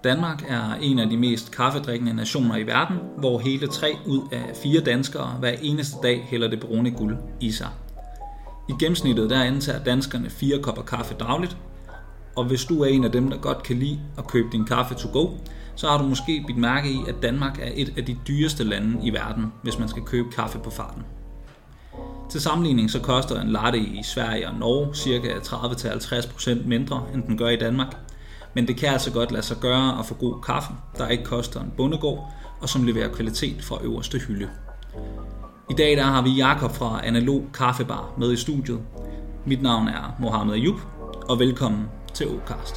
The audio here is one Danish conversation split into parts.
Danmark er en af de mest kaffedrikkende nationer i verden, hvor hele 3 ud af 4 danskere hver eneste dag hælder det brune guld i sig. I gennemsnittet der indtager danskerne 4 kopper kaffe dagligt, og hvis du er en af dem, der godt kan lide at købe din kaffe to go, så har du måske bidt mærke i, at Danmark er et af de dyreste lande i verden, hvis man skal købe kaffe på farten. Til sammenligning så koster en latte i Sverige og Norge ca. 30-50% mindre, end den gør i Danmark. Men det kan altså godt lade sig gøre at få god kaffe, der ikke koster en bondegård, og som leverer kvalitet fra øverste hylde. I dag der har vi Jakob fra Analog Kaffebar med i studiet. Mit navn er Mohammed Ayub, og velkommen til Åcast.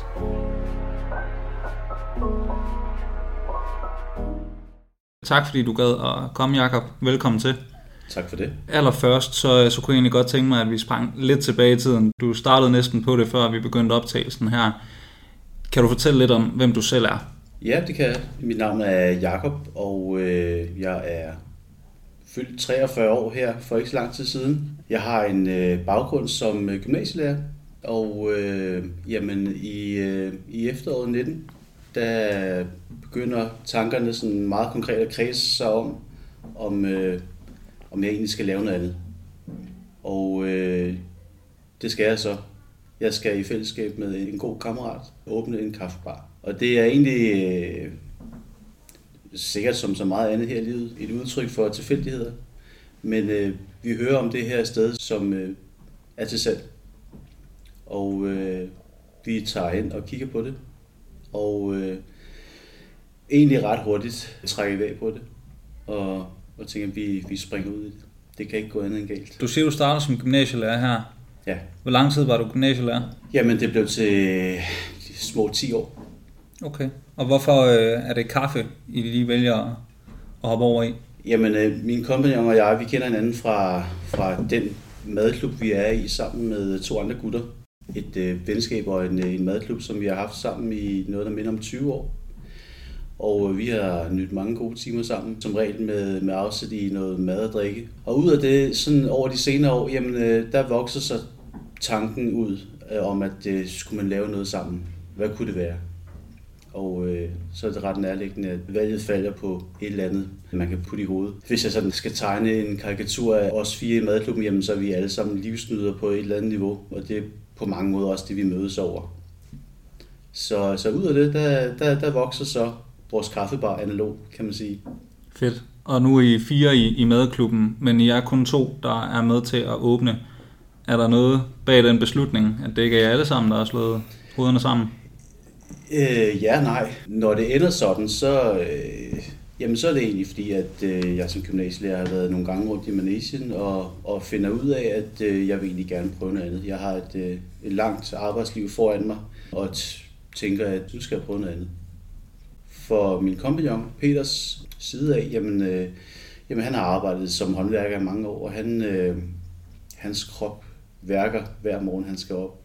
Tak fordi du gad at komme, Jakob. Velkommen til. Tak for det. Allerførst, så kunne jeg egentlig godt tænke mig, at vi sprang lidt tilbage i tiden. Du startede næsten på det, før vi begyndte optagelsen her. Kan du fortælle lidt om, hvem du selv er? Ja, det kan jeg. Mit navn er Jakob, og jeg er fyldt 43 år her for ikke så lang tid siden. Jeg har en baggrund som gymnasielærer, og i efteråret 19, der begynder tankerne sådan meget konkret at kredse sig om jeg egentlig skal lave noget andet. Og det skal jeg så. Jeg skal i fællesskab med en god kammerat åbne en kaffebar. Og det er egentlig sikkert som så meget andet her i livet et udtryk for tilfældigheder. Men vi hører om det her sted, som er til salg. Og vi tager hen og kigger på det. Og egentlig ret hurtigt trækker vi af på det. Og tænker, at vi springer ud i det. Det kan ikke gå andet end galt. Du siger, du starter som gymnasielærer her. Ja. Hvor lang tid var du gymnasielærer? Jamen, det blev til små 10 år. Okay. Og hvorfor er det kaffe, I lige vælger at hoppe over i? Jamen, min kompagnon og jeg, vi kender hinanden fra den madklub, vi er i sammen med 2 andre gutter. Et venskab og en madklub, som vi har haft sammen i noget, der minder om 20 år. Og vi har nydt mange gode timer sammen, som regel med afsæt i noget mad og drikke. Og ud af det, sådan over de senere år, jamen, der vokser så tanken ud om, at skulle man lave noget sammen. Hvad kunne det være? Og så er det ret nærliggende, at valget falder på et eller andet, man kan putte i hovedet. Hvis jeg sådan skal tegne en karikatur af os 4 i madklubben, jamen, så er vi alle sammen livsnyder på et eller andet niveau. Og det er på mange måder også det, vi mødes over. Så ud af det, der vokser så vores kaffebar Analog, kan man sige. Fedt. Og nu er I 4 i madklubben, men I er kun 2, der er med til at åbne. Er der noget bag den beslutning, at det ikke er jer alle sammen, der har slået hovederne sammen? Ja, nej. Når det ender sådan, så er det egentlig fordi, at jeg som gymnasielærer har været nogle gange rundt i Manesien og finder ud af, at jeg vil egentlig gerne prøve noget andet. Jeg har et langt arbejdsliv foran mig, og tænker, at nu skal jeg prøve noget andet. For min kompagnon, Peters side af, jamen han har arbejdet som håndværker i mange år, og hans krop værker hver morgen, han skal op.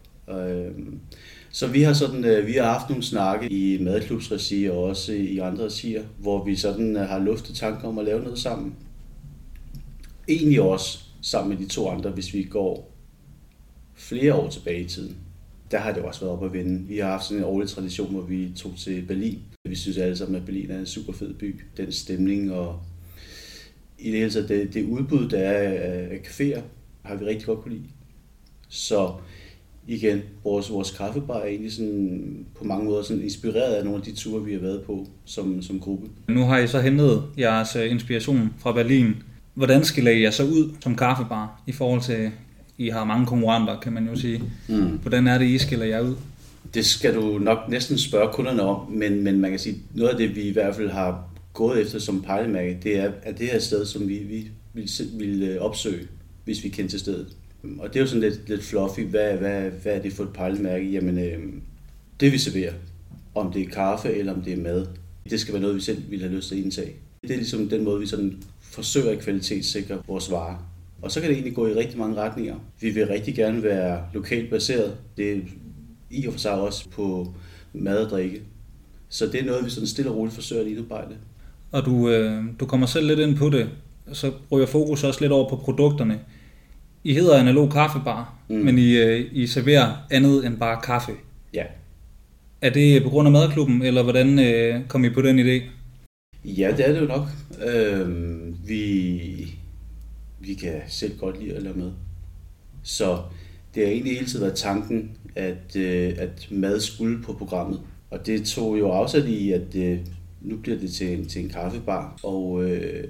Så vi har haft nogle snakke i madklubsregi og også i andre regier, hvor vi sådan har luftet tanker om at lave noget sammen. Egentlig også sammen med de 2 andre, hvis vi går flere år tilbage i tiden. Der har det også været op at vende. Vi har haft sådan en årlig tradition, hvor vi tog til Berlin. Vi synes alle sammen, at Berlin er en super fed by. Den stemning og i det hele taget det udbud, der er af caféer, har vi rigtig godt kunne lide. Så igen, vores kaffebar er egentlig sådan, på mange måder sådan inspireret af nogle af de ture, vi har været på som gruppe. Nu har I så hentet jeres inspiration fra Berlin. Hvordan skiller I jer så ud som kaffebar i forhold til, I har mange konkurrenter, kan man jo sige. Hvordan er det, I skiller jer ud? Det skal du nok næsten spørge kunderne om, men man kan sige, noget af det, vi i hvert fald har gået efter som pejlemærke, det er det her sted, som vi vil opsøge, hvis vi kendte til stedet. Og det er jo sådan lidt fluffy, hvad er det for et pejlemærke? Jamen, det vi serverer, om det er kaffe eller om det er mad, det skal være noget, vi selv vil have lyst til at indtage. Det er ligesom den måde, vi sådan forsøger at kvalitetssikre vores varer. Og så kan det egentlig gå i rigtig mange retninger. Vi vil rigtig gerne være lokalt baseret. Det er i og for sig også på mad og drikke. Så det er noget, vi sådan stille og roligt forsøger at indarbejde. Og du kommer selv lidt ind på det, så ryger fokus også lidt over på produkterne. I hedder Analog Kaffebar, men I serverer andet end bare kaffe. Ja. Er det på grund af madklubben, eller hvordan kom I på den idé? Ja, det er det jo nok. Vi kan selv godt lide at lave mad. Så det har egentlig hele tiden været tanken, at mad skulle på programmet. Og det tog jo afsat i, at nu bliver det til en kaffebar, og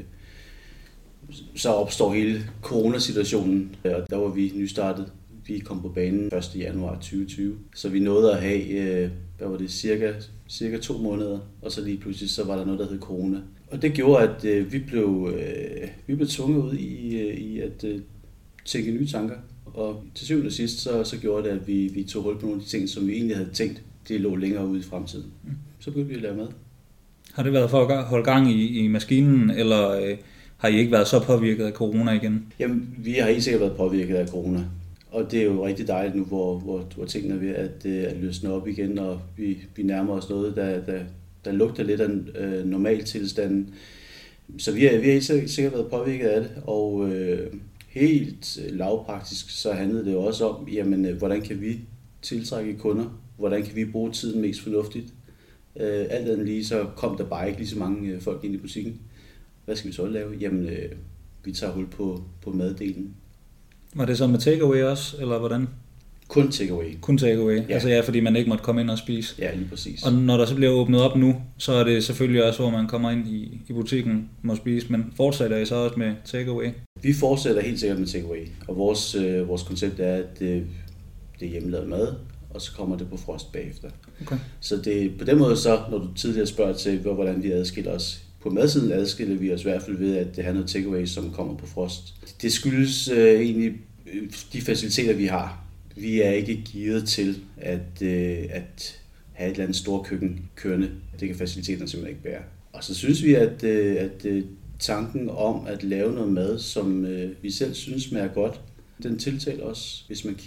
så opstår hele coronasituationen, og der var vi nystartet. Vi kom på banen 1. januar 2020, så vi nåede at have, cirka 2 måneder, og så lige pludselig så var der noget, der hed corona. Og det gjorde, at vi blev tvunget ud i at tænke nye tanker. Og til syvende og sidst, så gjorde det, at vi tog hul på nogle af de ting, som vi egentlig havde tænkt, det lå længere ude i fremtiden. Så begyndte vi at lave mad. Har det været for at holde gang i maskinen, eller har I ikke været så påvirket af corona igen? Jamen, vi har helt sikkert været påvirket af corona. Og det er jo rigtig dejligt nu, hvor tingene er ved at løsne op igen, og vi nærmer os noget, der lugter lidt af normaltilstanden. Så vi har helt sikkert været påvirket af det, og helt lavpraktisk så handlede det jo også om, jamen, hvordan kan vi tiltrække kunder? Hvordan kan vi bruge tiden mest fornuftigt? Alt andet lige, så kom der bare ikke lige så mange folk ind i butikken. Hvad skal vi så lave? Jamen, vi tager hul på maddelen. Var det så med takeaway også, eller hvordan? Kun takeaway. Kun takeaway, ja. Altså ja, fordi man ikke måtte komme ind og spise. Ja, lige præcis. Og når der så bliver åbnet op nu, så er det selvfølgelig også, hvor man kommer ind i butikken og må spise, men fortsætter I så også med takeaway? Vi fortsætter helt sikkert med takeaway, og vores koncept er, at det er hjemmelavet mad, og så kommer det på frost bagefter. Okay. Så det på den måde så, når du tidligere spørger til, hvordan vi adskiller os. På madsiden adskiller vi os i hvert fald ved, at det har noget takeaway, som kommer på frost. Det skyldes egentlig de faciliteter, vi har. Vi er ikke gearet til at have et eller andet stort køkken kørende. Det kan faciliteterne simpelthen ikke bære. Og så synes vi, at tanken om at lave noget mad, som vi selv synes smager godt, den tiltaler os. Hvis man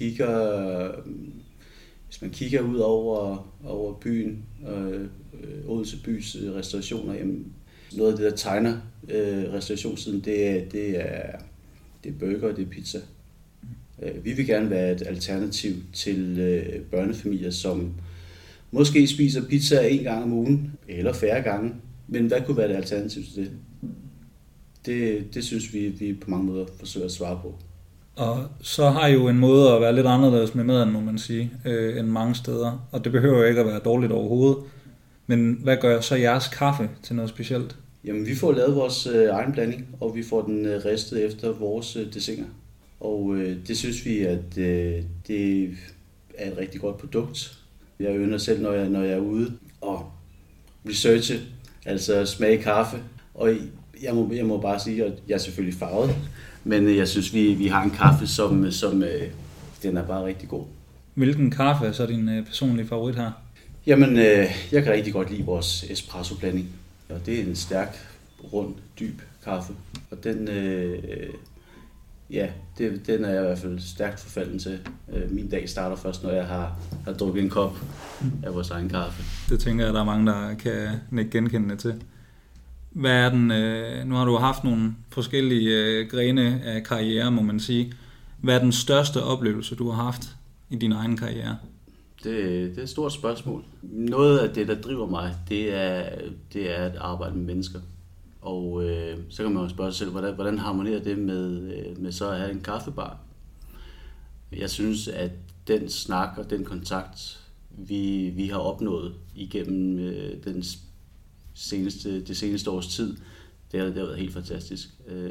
kigger ud over byen, Odense bys restaurationer, jamen, noget af det, der tegner restaurationssiden, det er burger og det er pizza. Vi vil gerne være et alternativ til børnefamilier, som måske spiser pizza 1 gang om ugen, eller færre gange. Men hvad kunne være det alternativ til det? Det synes vi på mange måder forsøger at svare på. Og så har I jo en måde at være lidt anderledes med maden, må man sige, end mange steder. Og det behøver jo ikke at være dårligt overhovedet. Men hvad gør så jeres kaffe til noget specielt? Jamen, vi får lavet vores egen blanding, og vi får den ristet efter vores dessiner. Og det synes vi, at det er et rigtig godt produkt. Jeg ynder selv, når jeg er ude og researche, altså smage kaffe. Og jeg må bare sige, at jeg er selvfølgelig farvet, men jeg synes, vi har en kaffe, som den er bare rigtig god. Hvilken kaffe er så din personlige favorit her? Jamen, jeg kan rigtig godt lide vores espresso-blanding. Og det er en stærk, rund, dyb kaffe. Og den, den er jeg i hvert fald stærkt forfalden til. Min dag starter først, når jeg har drukket en kop af vores egen kaffe. Det tænker jeg, der er mange, der kan ikke genkende til. Hvad er den? Nu har du haft nogle forskellige grene af karriere, må man sige. Hvad er den største oplevelse, du har haft i din egen karriere? Det er et stort spørgsmål. Noget af det, der driver mig, det er at arbejde med mennesker. Og så kan man jo spørge sig selv, hvordan harmonerer det med så at have en kaffebar? Jeg synes, at den snak og den kontakt, vi har opnået igennem det seneste års tid, det har været helt fantastisk.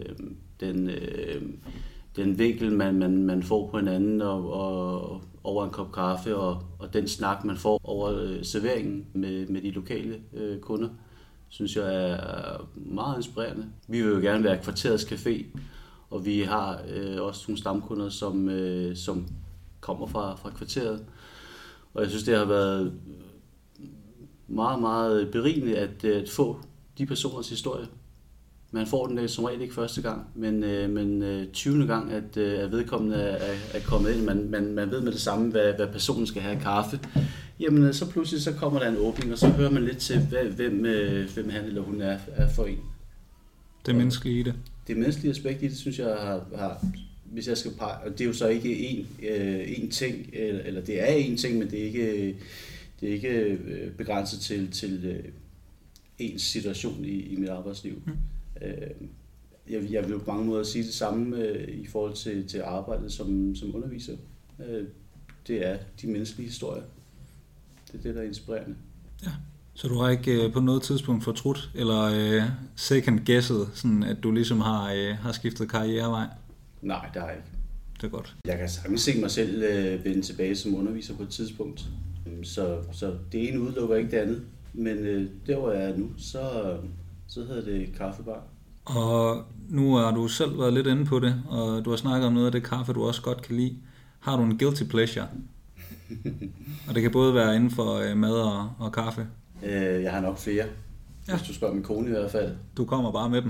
Den vinkel, man får på hinanden og over en kop kaffe, og den snak, man får over serveringen med de lokale kunder, synes jeg er meget inspirerende. Vi vil jo gerne være kvarterets café, og vi har også nogle stamkunder, som kommer fra kvarteret. Og jeg synes, det har været meget, meget berigende at få de personers historie. Man får den som regel ikke første gang, men 20. gang, at vedkommende er kommet ind. Man ved med det samme, hvad personen skal have af kaffe. Jamen, så pludselig så kommer der en åbning, og så hører man lidt til, hvem han eller hun er for en. Det menneskelige i det. Det menneskelige aspekt i det, synes jeg har hvis jeg skal pege, og det er jo så ikke én ting, eller det er én ting, men det er det er ikke begrænset til ens situation i mit arbejdsliv. Jeg vil jo på mange måder sige det samme i forhold til arbejdet som underviser. Det er de menneskelige historier. Det er det, der er inspirerende. Ja. Så du har ikke på noget tidspunkt fortrudt, eller second guesset, sådan at du ligesom har skiftet karrierevej? Nej, det har jeg ikke. Det er godt. Jeg kan sagtens se mig selv vende tilbage som underviser på et tidspunkt. Så det ene udelukker ikke det andet. Men der hvor jeg er nu, så hedder det kaffebar. Og nu har du selv været lidt inde på det, og du har snakket om noget af det kaffe, du også godt kan lide. Har du en guilty pleasure? Og det kan både være inden for mad og kaffe. Jeg har nok flere, hvis du spørger min kone i hvert fald. Du kommer bare med dem.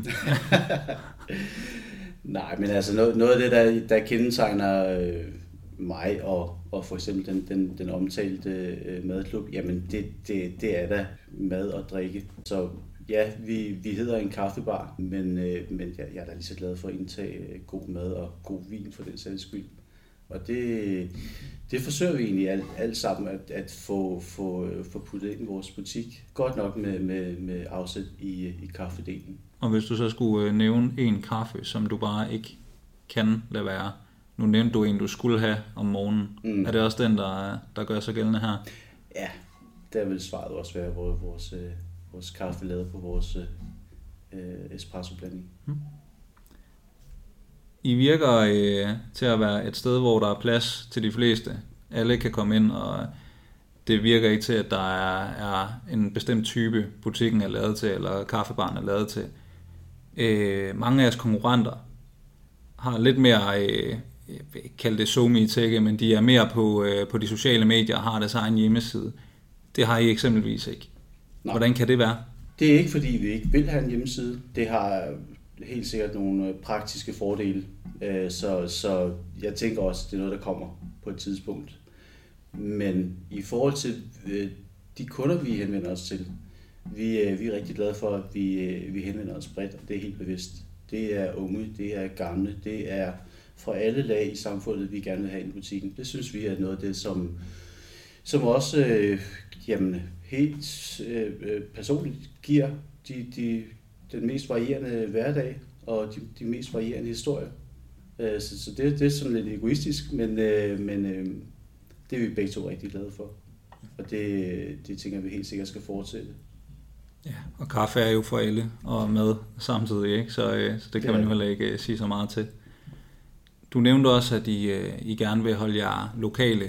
Nej, men altså noget af det, der kendetegner mig og for eksempel den omtalte madklub, jamen det er da mad og drikke. Så ja, vi hedder en kaffebar, men jeg er da lige så glad for at indtage god mad og god vin for den sags skyld. Og det forsøger vi egentlig alt sammen at få puttet ind i vores butik. Godt nok med afsæt i kaffedelen. Og hvis du så skulle nævne en kaffe, som du bare ikke kan lade være. Nu nævnte du en, du skulle have om morgenen. Er det også den, der gør sig gældende her? Ja, der vil svaret også være vores kaffe lavet på vores espresso-blanding. I virker til at være et sted, hvor der er plads til de fleste. Alle kan komme ind, og det virker ikke til, at der er en bestemt type, butikken er lavet til, eller kaffebaren er lavet til. Mange af jeres konkurrenter har lidt mere, jeg vil ikke kalde det somi-tække, men de er mere på de sociale medier og har deres egen hjemmeside. Det har I eksempelvis ikke. Nej. Hvordan kan det være? Det er ikke, fordi vi ikke vil have en hjemmeside. Det har helt sikkert nogle praktiske fordele. Så jeg tænker også, det er noget, der kommer på et tidspunkt. Men i forhold til de kunder, vi henvender os til, vi er rigtig glade for, at vi henvender os bredt, og det er helt bevidst. Det er unge, det er gamle, det er fra alle lag i samfundet, vi gerne vil have i butikken. Det synes vi er noget af det, som også helt personligt giver den mest varierende hverdag og de mest varierende historier. Så det er sådan lidt egoistisk, men det er vi begge to rigtig glade for. Og det tænker vi helt sikkert skal fortsætte. Ja, og kaffe er jo for alle, og mad samtidig, ikke? Så det kan man jo heller ikke sige så meget til. Du nævnte også, at I gerne vil holde jer lokale.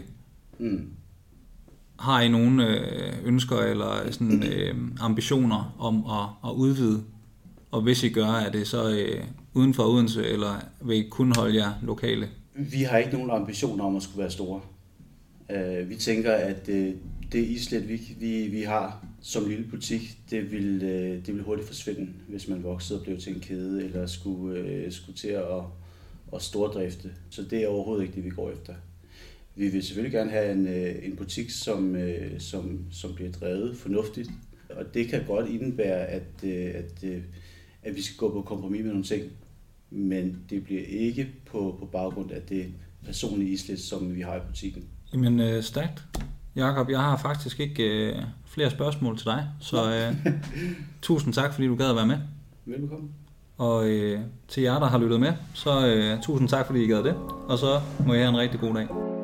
Har I nogle ønsker eller sådan, ambitioner om at udvide? Og hvis I gør, er det så uden for Odense, eller vil I kun holde jer lokale? Vi har ikke nogen ambitioner om at skulle være store. Vi tænker, at det islet, vi har som lille butik, det vil hurtigt forsvinde, hvis man voksede og blev til en kæde, eller skulle til at stordrifte. Så det er overhovedet ikke det, vi går efter. Vi vil selvfølgelig gerne have en butik, som bliver drevet fornuftigt, og det kan godt indebære, at vi skal gå på kompromis med nogle ting, men det bliver ikke på baggrund af det personlige islet, som vi har i butikken. Jamen stærkt. Jakob, jeg har faktisk ikke flere spørgsmål til dig, så tusind tak, fordi du gad at være med. Velbekomme. Og til jer, der har lyttet med, så tusind tak, fordi I gad det, og så må I have en rigtig god dag.